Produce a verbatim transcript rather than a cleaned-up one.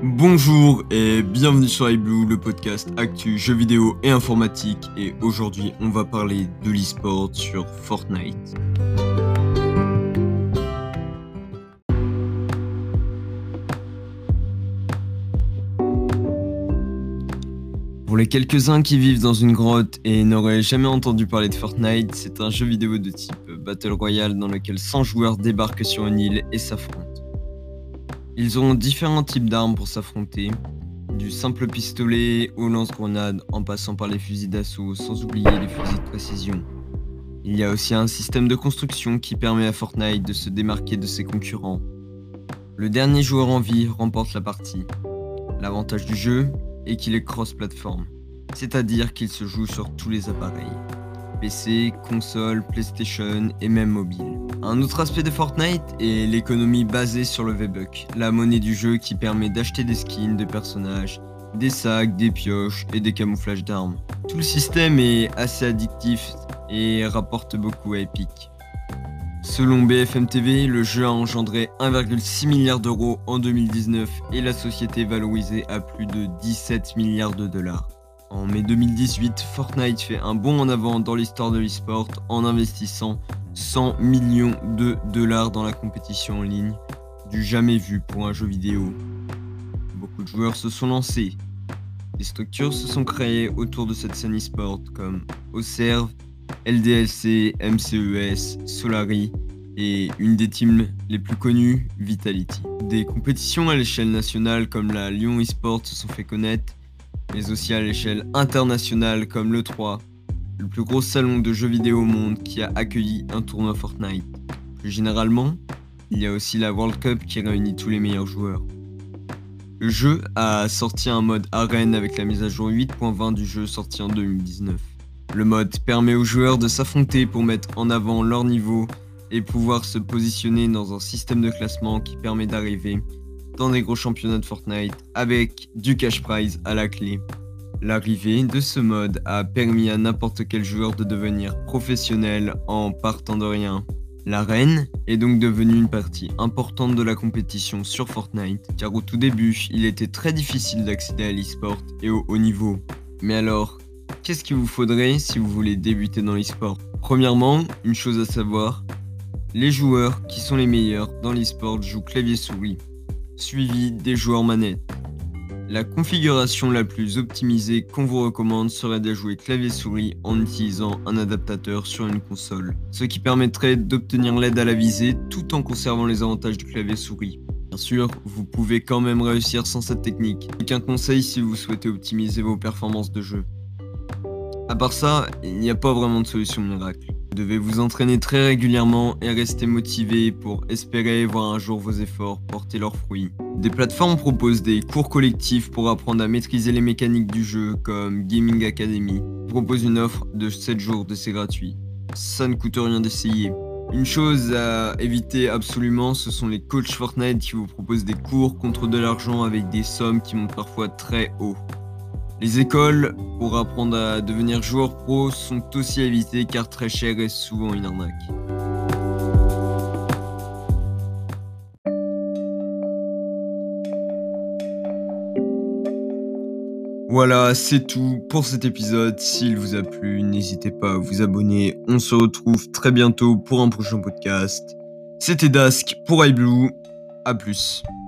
Bonjour et bienvenue sur iBlue, le podcast actu, jeux vidéo et informatique. Et aujourd'hui, on va parler de l'e-sport sur Fortnite. Pour les quelques-uns qui vivent dans une grotte et n'auraient jamais entendu parler de Fortnite, c'est un jeu vidéo de type Battle Royale dans lequel cent joueurs débarquent sur une île et s'affrontent. Ils auront différents types d'armes pour s'affronter, du simple pistolet au lance-grenades en passant par les fusils d'assaut sans oublier les fusils de précision. Il y a aussi un système de construction qui permet à Fortnite de se démarquer de ses concurrents. Le dernier joueur en vie remporte la partie. L'avantage du jeu est qu'il est cross-platform, c'est-à-dire qu'il se joue sur tous les appareils. P C, console, PlayStation et même mobile. Un autre aspect de Fortnite est l'économie basée sur le V-Buck, la monnaie du jeu qui permet d'acheter des skins de personnages, des sacs, des pioches et des camouflages d'armes. Tout le système est assez addictif et rapporte beaucoup à Epic. Selon B F M T V, le jeu a engendré un virgule six milliard d'euros en deux mille dix-neuf et la société est valorisée à plus de dix-sept milliards de dollars. En mai deux mille dix-huit, Fortnite fait un bond en avant dans l'histoire de l'e-sport en investissant cent millions de dollars dans la compétition en ligne, du jamais vu pour un jeu vidéo. Beaucoup de joueurs se sont lancés. Des structures se sont créées autour de cette scène e-sport comme Oserve, L D L C, M C E S, Solari et une des teams les plus connues, Vitality. Des compétitions à l'échelle nationale comme la Lyon eSport se sont fait connaître, mais aussi à l'échelle internationale comme l'E trois, le plus gros salon de jeux vidéo au monde qui a accueilli un tournoi Fortnite. Plus généralement, il y a aussi la World Cup qui réunit tous les meilleurs joueurs. Le jeu a sorti un mode arène avec la mise à jour huit point vingt du jeu sorti en deux mille dix-neuf. Le mode permet aux joueurs de s'affronter pour mettre en avant leur niveau et pouvoir se positionner dans un système de classement qui permet d'arriver dans des gros championnats de Fortnite avec du cash prize à la clé. L'arrivée de ce mode a permis à n'importe quel joueur de devenir professionnel en partant de rien. L'arène est donc devenue une partie importante de la compétition sur Fortnite, car au tout début, il était très difficile d'accéder à l'e-sport et au haut niveau. Mais alors, qu'est-ce qu'il vous faudrait si vous voulez débuter dans l'e-sport ? Premièrement, une chose à savoir, les joueurs qui sont les meilleurs dans l'e-sport jouent clavier-souris, suivi des joueurs manettes. La configuration la plus optimisée qu'on vous recommande serait de jouer clavier-souris en utilisant un adaptateur sur une console, ce qui permettrait d'obtenir l'aide à la visée tout en conservant les avantages du clavier-souris. Bien sûr, vous pouvez quand même réussir sans cette technique, et qu'un conseil si vous souhaitez optimiser vos performances de jeu. À part ça, il n'y a pas vraiment de solution miracle. Vous devez vous entraîner très régulièrement et rester motivé pour espérer voir un jour vos efforts porter leurs fruits. Des plateformes proposent des cours collectifs pour apprendre à maîtriser les mécaniques du jeu comme Gaming Academy propose une offre de sept jours d'essai gratuit. Ça ne coûte rien d'essayer. Une chose à éviter absolument, ce sont les coachs Fortnite qui vous proposent des cours contre de l'argent avec des sommes qui montent parfois très haut. Les écoles pour apprendre à devenir joueur pro sont aussi à éviter car très cher et souvent une arnaque. Voilà, c'est tout pour cet épisode. S'il vous a plu, n'hésitez pas à vous abonner. On se retrouve très bientôt pour un prochain podcast. C'était Dask pour iBlue. À plus.